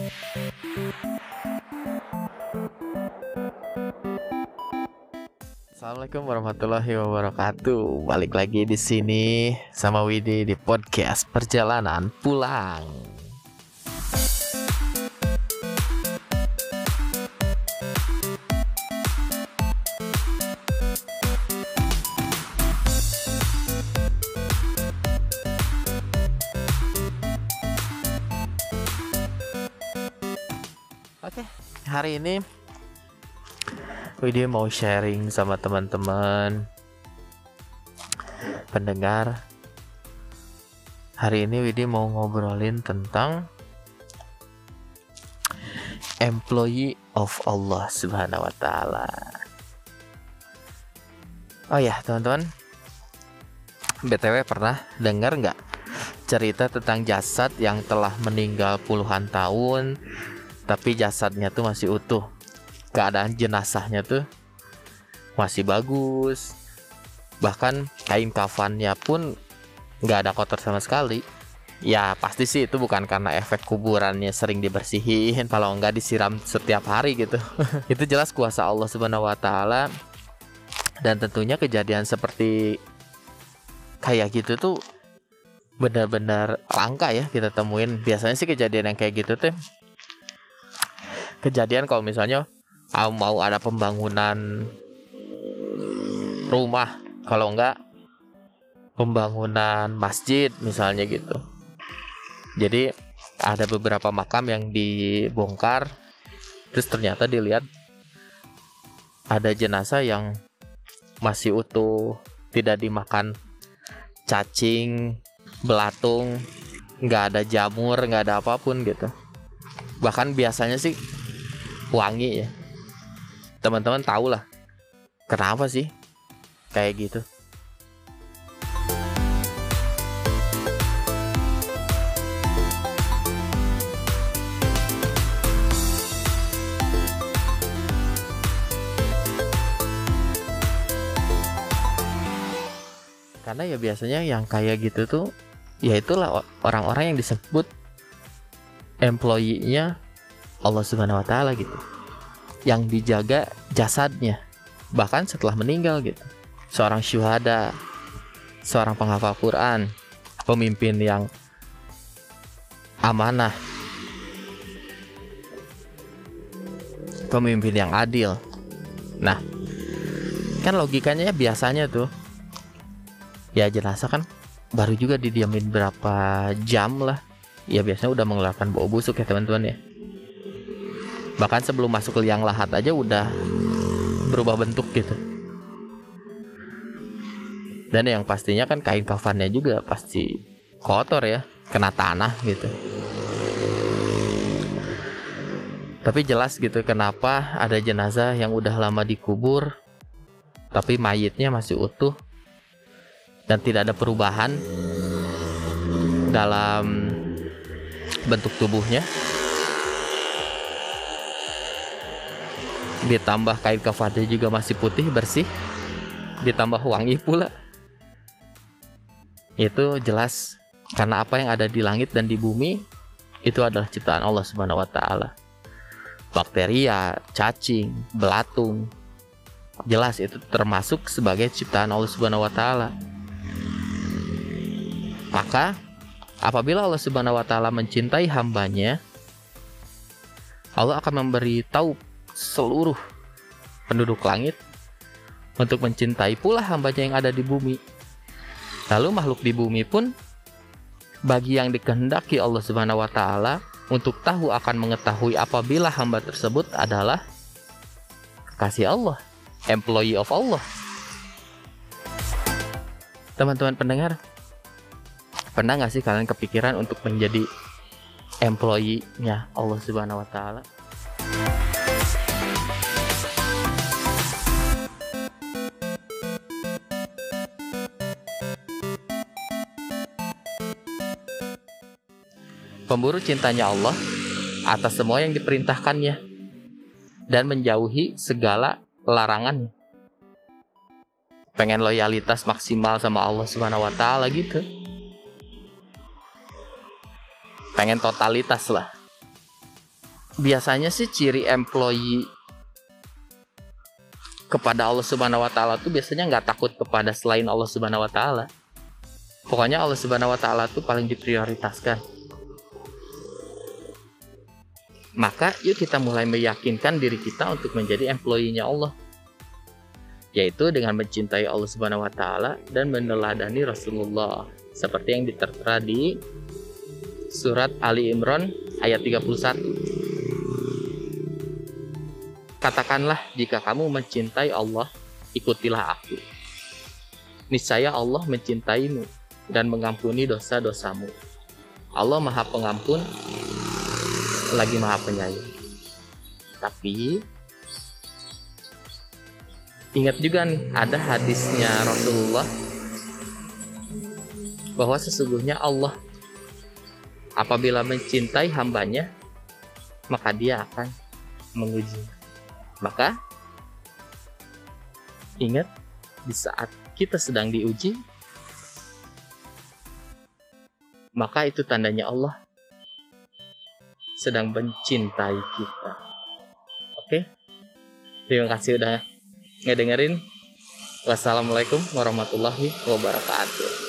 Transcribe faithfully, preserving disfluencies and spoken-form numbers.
Assalamualaikum warahmatullahi wabarakatuh. Balik lagi di sini sama Widi di podcast Perjalanan Pulang. Oke, hari ini Widi mau sharing sama teman-teman pendengar. Hari ini Widi mau ngobrolin tentang employee of Allah Subhanahu wa Ta'ala. Oh ya teman-teman, B T W pernah dengar nggak cerita tentang jasad yang telah meninggal puluhan tahun tapi jasadnya tuh masih utuh? Keadaan jenazahnya tuh masih bagus, bahkan kain kafannya pun nggak ada kotor sama sekali. Ya pasti sih itu bukan karena efek kuburannya sering dibersihin, kalau nggak disiram setiap hari gitu. Itu jelas kuasa Allah Subhanahu wa Ta'ala. Dan tentunya kejadian seperti kayak gitu tuh benar-benar langka ya kita temuin. Biasanya sih kejadian yang kayak gitu tuh kejadian kalau misalnya mau ada pembangunan rumah, kalau enggak pembangunan masjid misalnya gitu. Jadi ada beberapa makam yang dibongkar, terus ternyata dilihat ada jenazah yang masih utuh, tidak dimakan cacing, belatung, nggak ada jamur, nggak ada apapun gitu. Bahkan biasanya sih wangi ya. Teman-teman tahu lah kenapa sih kayak gitu. Karena ya biasanya yang kayak gitu tuh ya itulah orang-orang yang disebut employee-nya Allah Subhanahu wa Ta'ala gitu, yang dijaga jasadnya bahkan setelah meninggal gitu. Seorang syuhada, seorang penghafal Quran, pemimpin yang amanah, pemimpin yang adil. Nah, kan logikanya biasanya tuh ya jenazah kan baru juga didiamin berapa jam lah, ya biasanya udah mengeluarkan bau busuk ya teman-teman ya. Bahkan sebelum masuk ke liang lahat aja udah berubah bentuk gitu. Dan yang pastinya kan kain kafannya juga pasti kotor ya, kena tanah gitu. Tapi jelas gitu kenapa ada jenazah yang udah lama dikubur tapi mayitnya masih utuh dan tidak ada perubahan dalam bentuk tubuhnya. Ditambah kain kafannya juga masih putih bersih, ditambah wangi pula. Itu jelas karena apa yang ada di langit dan di bumi itu adalah ciptaan Allah Subhanahu wa Ta'ala. Bakteria, cacing, belatung, jelas itu termasuk sebagai ciptaan Allah Subhanahu wa Ta'ala. Maka apabila Allah Subhanahu wa Ta'ala mencintai hambanya, Allah akan memberitahu seluruh penduduk langit untuk mencintai pula hambanya yang ada di bumi. Lalu makhluk di bumi pun bagi yang dikehendaki Allah Subhanahu wa Ta'ala untuk tahu akan mengetahui apabila hamba tersebut adalah kekasih Allah, employee of Allah. Teman-teman pendengar, pernah gak sih kalian kepikiran untuk menjadi employee-nya Allah Subhanahu wa Ta'ala? Pemburu cintanya Allah atas semua yang diperintahkannya dan menjauhi segala larangannya. Pengen loyalitas maksimal sama Allah Subhanahu wa Ta'ala gitu. Pengen totalitas lah. biasanya sih ciri employee kepada Allah Subhanahu wa taala tuh biasanya nggak takut kepada selain Allah Subhanahu wa taala. Pokoknya Allah Subhanahu wa taala tuh paling diprioritaskan. Maka yuk kita mulai meyakinkan diri kita untuk menjadi employee-nya Allah, yaitu dengan mencintai Allah Subhanahu wa taala dan meneladani Rasulullah seperti yang ditertera di surat Ali Imran ayat tiga puluh satu. Katakanlah, jika kamu mencintai Allah, ikutilah aku. Niscaya Allah mencintaimu dan mengampuni dosa-dosamu. Allah Maha Pengampun lagi Maha Penyayang. Tapi ingat juga nih, ada hadisnya Rasulullah bahwa sesungguhnya Allah apabila mencintai hambanya, maka dia akan menguji. Maka ingat, di saat kita sedang diuji, maka itu tandanya Allah sedang mencintai kita. Oke? Terima kasih udah ngedengerin. Wassalamualaikum warahmatullahi wabarakatuh.